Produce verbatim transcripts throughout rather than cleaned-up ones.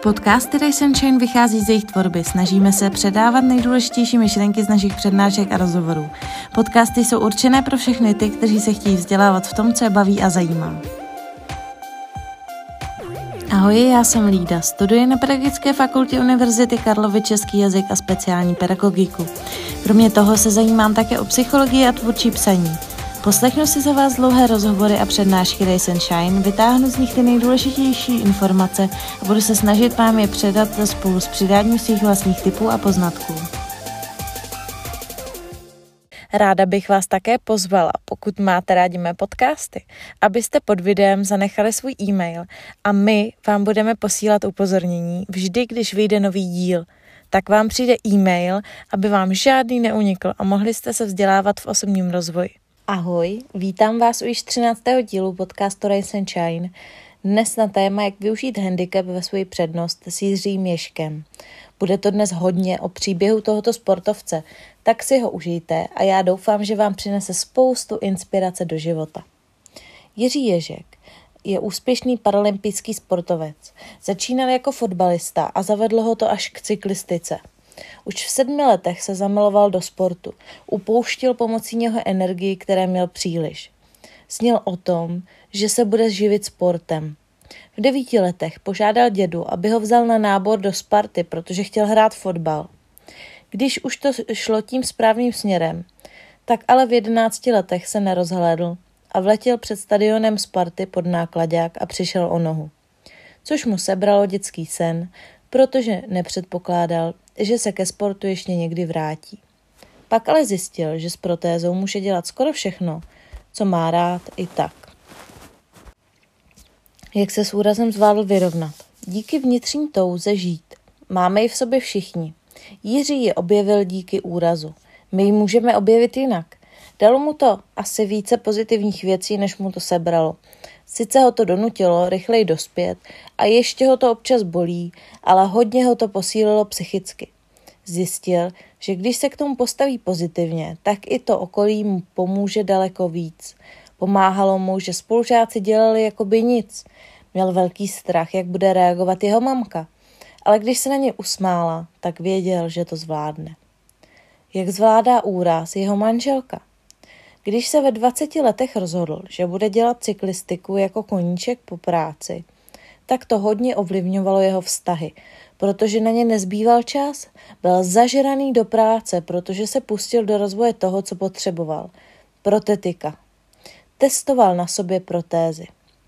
Podcasty Rise and Shine vychází z jejich tvorby. Snažíme se předávat nejdůležitější myšlenky z našich přednášek a rozhovorů. Podcasty jsou určené pro všechny ty, kteří se chtějí vzdělávat v tom, co je baví a zajímá. Ahoj, já jsem Lída, studuji na Pedagogické fakultě Univerzity Karlovy český jazyk a speciální pedagogiku. Kromě toho se zajímám také o psychologii a tvůrčí psaní. Poslechnu si za vás dlouhé rozhovory a přednášky Rise and Shine, vytáhnu z nich ty nejdůležitější informace a budu se snažit vám je předat spolu s přidáním svých vlastních tipů a poznatků. Ráda bych vás také pozvala, pokud máte rádi mé podcasty, abyste pod videem zanechali svůj e-mail a my vám budeme posílat upozornění vždy, když vyjde nový díl. Tak vám přijde e-mail, aby vám žádný neunikl a mohli jste se vzdělávat v osobním rozvoji. Ahoj, vítám vás u již třináctého dílu podcastu Rise and Shine. Dnes na téma, jak využít handicap ve svoji přednost s Jiřím Ježkem. Bude to dnes hodně o příběhu tohoto sportovce, tak si ho užijte a já doufám, že vám přinese spoustu inspirace do života. Jiří Ježek je úspěšný paralympijský sportovec. Začínal jako fotbalista a zavedlo ho to až k cyklistice. Už v sedmi letech se zamiloval do sportu. Upouštěl pomocí něho energii, které měl příliš. Snil o tom, že se bude živit sportem. V devíti letech požádal dědu, aby ho vzal na nábor do Sparty, protože chtěl hrát fotbal. Když už to šlo tím správným směrem, tak ale v jedenácti letech se nerozhlédl a vletěl před stadionem Sparty pod náklaďák a přišel o nohu. Což mu sebralo dětský sen, protože nepředpokládal, že se ke sportu ještě někdy vrátí. Pak ale zjistil, že s protézou může dělat skoro všechno, co má rád i tak. Jak se s úrazem zvládl vyrovnat? Díky vnitřní touze žít. Máme ji v sobě všichni. Jiří ji objevil díky úrazu. My ji můžeme objevit jinak. Dalo mu to asi více pozitivních věcí, než mu to sebralo. Sice ho to donutilo rychleji dospět a ještě ho to občas bolí, ale hodně ho to posílilo psychicky. Zjistil, že když se k tomu postaví pozitivně, tak i to okolí mu pomůže daleko víc. Pomáhalo mu, že spolužáci dělali jakoby nic. Měl velký strach, jak bude reagovat jeho mamka. Ale když se na ně usmála, tak věděl, že to zvládne. Jak zvládá úraz jeho manželka? Když se ve dvaceti letech rozhodl, že bude dělat cyklistiku jako koníček po práci, tak to hodně ovlivňovalo jeho vztahy, protože na ně nezbýval čas. Byl zažraný do práce, protože se pustil do rozvoje toho, co potřeboval. Protetika. Testoval na sobě protézy.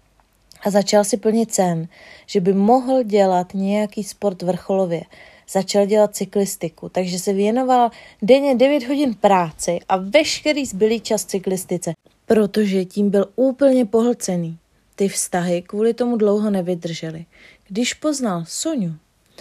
A začal si plnit sen, že by mohl dělat nějaký sport vrcholově. Začal dělat cyklistiku, takže se věnoval denně devět hodin práci a veškerý zbylý čas cyklistice, protože tím byl úplně pohlcený. Ty vztahy kvůli tomu dlouho nevydržely. Když poznal Soňu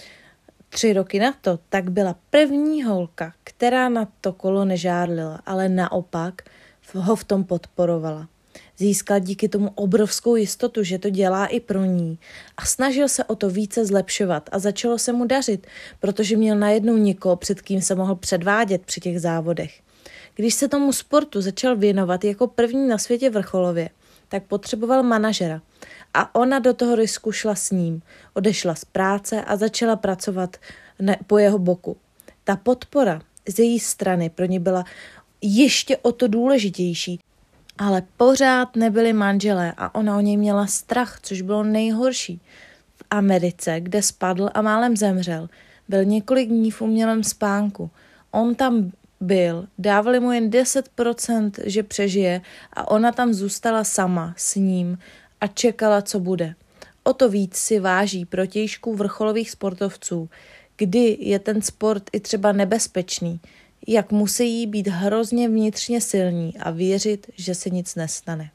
tři roky na to, tak byla první holka, která na to kolo nežárlila, ale naopak ho v tom podporovala. Získal díky tomu obrovskou jistotu, že to dělá i pro ní a snažil se o to více zlepšovat a začalo se mu dařit, protože měl najednou někoho, před kým se mohl předvádět při těch závodech. Když se tomu sportu začal věnovat jako první na světě vrcholově, tak potřeboval manažera a ona do toho risku šla s ním. Odešla z práce a začala pracovat ne, po jeho boku. Ta podpora z její strany pro ně byla ještě o to důležitější, ale pořád nebyli manželé a ona o něj měla strach, což bylo nejhorší. V Americe, kde spadl a málem zemřel, byl několik dní v umělém spánku. On tam byl, dávali mu jen deset procent, že přežije a ona tam zůstala sama s ním a čekala, co bude. O to víc si váží protějšků vrcholových sportovců, kdy je ten sport i třeba nebezpečný, jak musí být hrozně vnitřně silní a věřit, že se nic nestane.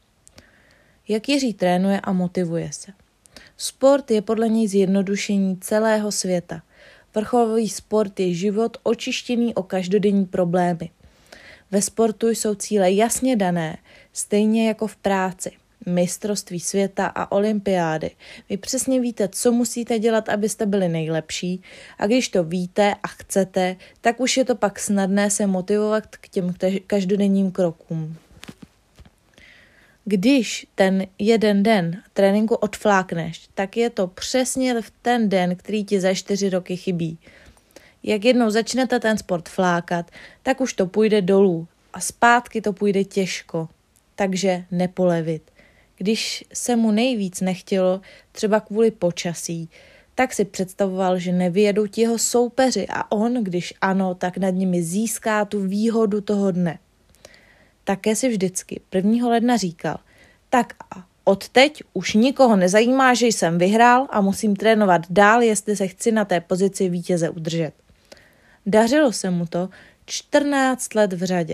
Jak Jiří trénuje a motivuje se. Sport je podle něj zjednodušení celého světa. Vrcholový sport je život očištěný o každodenní problémy. Ve sportu jsou cíle jasně dané, stejně jako v práci. Mistrovství světa a olympiády. Vy přesně víte, co musíte dělat, abyste byli nejlepší a když to víte a chcete, tak už je to pak snadné se motivovat k těm každodenním krokům. Když ten jeden den tréninku odflákneš, tak je to přesně v ten den, který ti za čtyři roky chybí. Jak jednou začnete ten sport flákat, tak už to půjde dolů a zpátky to půjde těžko, takže nepolevit. Když se mu nejvíc nechtělo, třeba kvůli počasí, tak si představoval, že nevyjedou ti jeho soupeři a on, když ano, tak nad nimi získá tu výhodu toho dne. Také si vždycky prvního ledna říkal, tak a odteď už nikoho nezajímá, že jsem vyhrál a musím trénovat dál, jestli se chci na té pozici vítěze udržet. Dařilo se mu to čtrnáct let v řadě.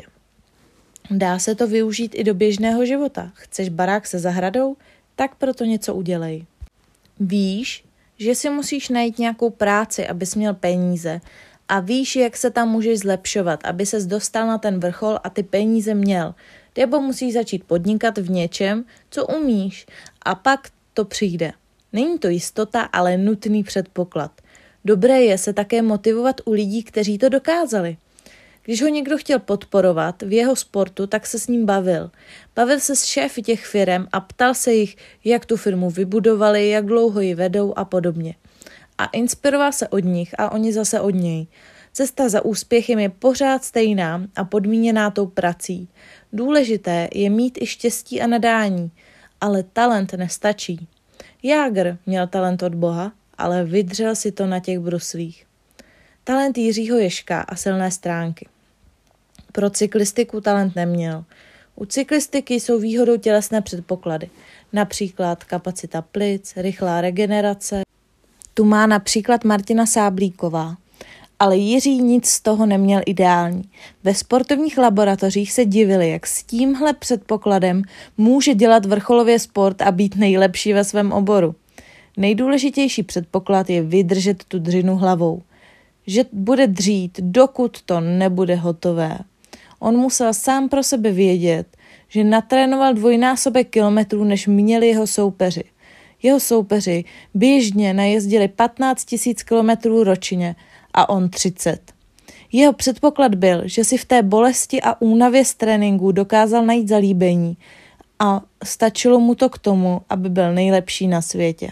Dá se to využít i do běžného života. Chceš barák se zahradou? Tak proto něco udělej. Víš, že si musíš najít nějakou práci, abys měl peníze a víš, jak se tam můžeš zlepšovat, aby ses dostal na ten vrchol a ty peníze měl. Nebo musíš začít podnikat v něčem, co umíš a pak to přijde. Není to jistota, ale nutný předpoklad. Dobré je se také motivovat u lidí, kteří to dokázali. Když ho někdo chtěl podporovat v jeho sportu, tak se s ním bavil. Bavil se s šéfy těch firem a ptal se jich, jak tu firmu vybudovali, jak dlouho ji vedou a podobně. A inspiroval se od nich a oni zase od něj. Cesta za úspěchem je pořád stejná a podmíněná tou prací. Důležité je mít i štěstí a nadání, ale talent nestačí. Jágr měl talent od Boha, ale vydřel si to na těch bruslích. Talent Jiřího Ježka a silné stránky. Pro cyklistiku talent neměl. U cyklistiky jsou výhodou tělesné předpoklady, například kapacita plic, rychlá regenerace. Tu má například Martina Sáblíková. Ale Jiří nic z toho neměl ideální. Ve sportovních laboratořích se divili, jak s tímhle předpokladem může dělat vrcholově sport a být nejlepší ve svém oboru. Nejdůležitější předpoklad je vydržet tu dřinu hlavou. Že bude dřít, dokud to nebude hotové. On musel sám pro sebe vědět, že natrénoval dvojnásobek kilometrů, než měli jeho soupeři. Jeho soupeři běžně najezdili patnáct tisíc kilometrů ročně a on třicet. Jeho předpoklad byl, že si v té bolesti a únavě z tréninku dokázal najít zalíbení a stačilo mu to k tomu, aby byl nejlepší na světě.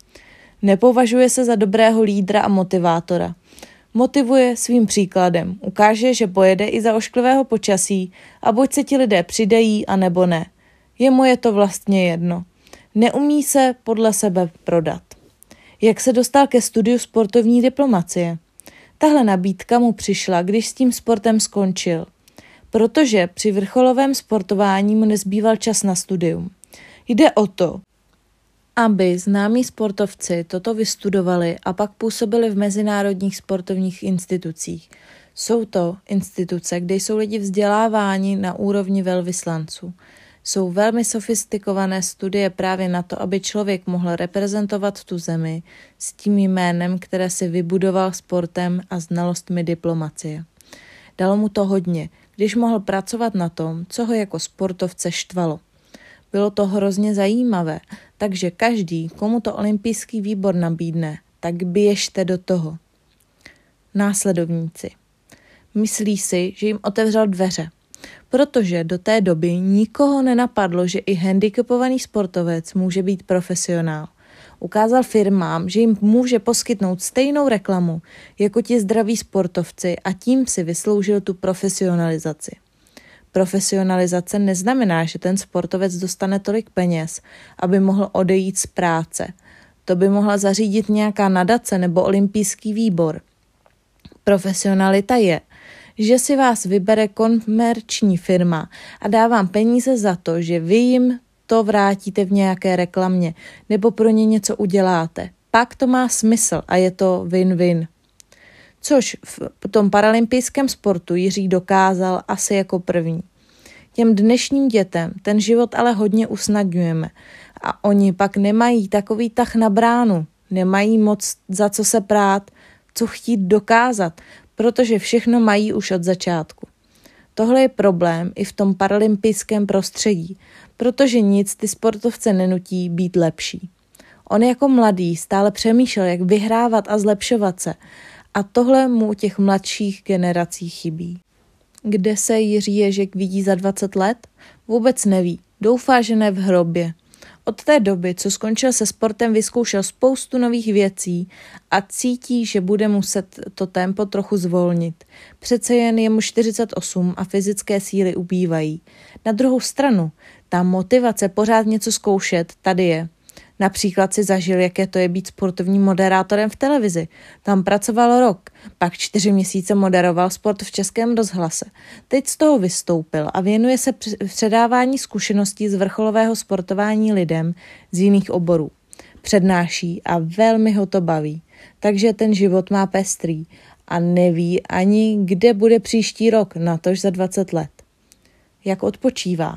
Nepovažuje se za dobrého lídra a motivátora. Motivuje svým příkladem, ukáže, že pojede i za ošklivého počasí a buď se ti lidé přidají, anebo ne. Jemu je to vlastně jedno. Neumí se podle sebe prodat. Jak se dostal ke studiu sportovní diplomacie? Tahle nabídka mu přišla, když s tím sportem skončil, protože při vrcholovém sportování mu nezbýval čas na studium. Jde o to, aby známí sportovci toto vystudovali a pak působili v mezinárodních sportovních institucích. Jsou to instituce, kde jsou lidi vzděláváni na úrovni velvyslanců. Jsou velmi sofistikované studie právě na to, aby člověk mohl reprezentovat tu zemi s tím jménem, které si vybudoval sportem a znalostmi diplomacie. Dalo mu to hodně, když mohl pracovat na tom, co ho jako sportovce štvalo. Bylo to hrozně zajímavé, takže každý, komu to olympijský výbor nabídne, tak běžte do toho. Následovníci. Myslí si, že jim otevřel dveře, protože do té doby nikoho nenapadlo, že i handicapovaný sportovec může být profesionál. Ukázal firmám, že jim může poskytnout stejnou reklamu jako ti zdraví sportovci a tím si vysloužil tu profesionalizaci. Profesionalizace neznamená, že ten sportovec dostane tolik peněz, aby mohl odejít z práce. To by mohla zařídit nějaká nadace nebo olympijský výbor. Profesionalita je, že si vás vybere komerční firma a dá vám peníze za to, že vy jim to vrátíte v nějaké reklamě nebo pro ně něco uděláte. Pak to má smysl a je to win-win. Což v tom paralympijském sportu Jiří dokázal asi jako první. Těm dnešním dětem ten život ale hodně usnadňujeme a oni pak nemají takový tah na bránu, nemají moc za co se prát, co chtít dokázat, protože všechno mají už od začátku. Tohle je problém i v tom paralympijském prostředí, protože nic ty sportovce nenutí být lepší. On jako mladý stále přemýšlel, jak vyhrávat a zlepšovat se, a tohle mu u těch mladších generací chybí. Kde se Jiří Ježek vidí za dvacet let? Vůbec neví. Doufá, že ne v hrobě. Od té doby, co skončil se sportem, vyzkoušel spoustu nových věcí a cítí, že bude muset to tempo trochu zvolnit. Přece jen je mu čtyřicet osm a fyzické síly ubývají. Na druhou stranu, ta motivace pořád něco zkoušet tady je. Například si zažil, jaké to je být sportovním moderátorem v televizi. Tam pracoval rok, pak čtyři měsíce moderoval sport v Českém rozhlase. Teď z toho vystoupil a věnuje se předávání zkušeností z vrcholového sportování lidem z jiných oborů. Přednáší a velmi ho to baví. Takže ten život má pestrý a neví ani, kde bude příští rok, natož za dvacet let. Jak odpočívá?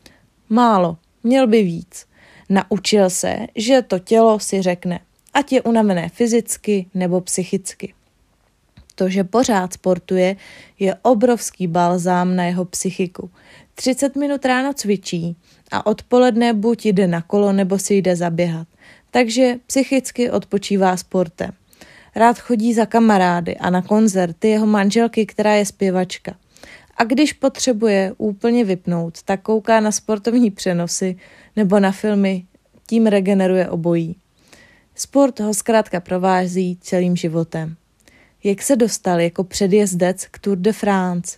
Málo, měl by víc. Naučil se, že to tělo si řekne, ať je unavené fyzicky nebo psychicky. To, že pořád sportuje, je obrovský balzám na jeho psychiku. třicet minut ráno cvičí a odpoledne buď jde na kolo nebo si jde zaběhat. Takže psychicky odpočívá sportem. Rád chodí za kamarády a na koncerty jeho manželky, která je zpěvačka. A když potřebuje úplně vypnout, tak kouká na sportovní přenosy nebo na filmy, tím regeneruje obojí. Sport ho zkrátka provází celým životem. Jak se dostal jako předjezdec k Tour de France?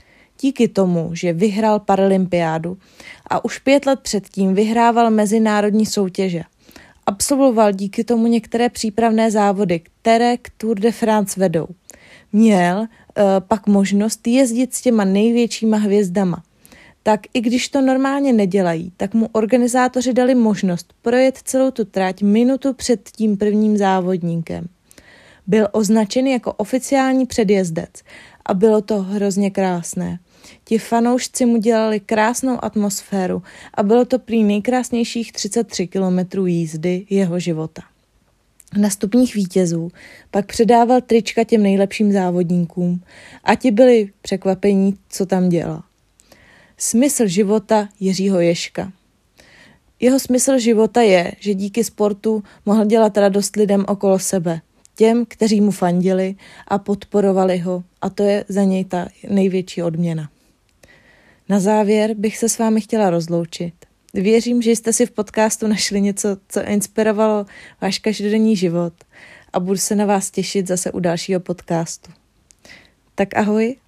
Díky tomu, že vyhrál paralympiádu a už pět let předtím vyhrával mezinárodní soutěže. Absolvoval díky tomu některé přípravné závody, které k Tour de France vedou. Měl uh, pak možnost jezdit s těma největšíma hvězdama. Tak i když to normálně nedělají, tak mu organizátoři dali možnost projet celou tu trať minutu před tím prvním závodníkem. Byl označen jako oficiální předjezdec a bylo to hrozně krásné. Ti fanoušci mu dělali krásnou atmosféru a bylo to prý nejkrásnějších třicet tři kilometrů jízdy jeho života. Na stupních vítězů pak předával trička těm nejlepším závodníkům a ti byli překvapení, co tam dělal. Smysl života Jiřího Ježka. Jeho smysl života je, že díky sportu mohl dělat radost lidem okolo sebe, těm, kteří mu fandili a podporovali ho, a to je za něj ta největší odměna. Na závěr bych se s vámi chtěla rozloučit. Věřím, že jste si v podcastu našli něco, co inspirovalo váš každodenní život a budu se na vás těšit zase u dalšího podcastu. Tak ahoj.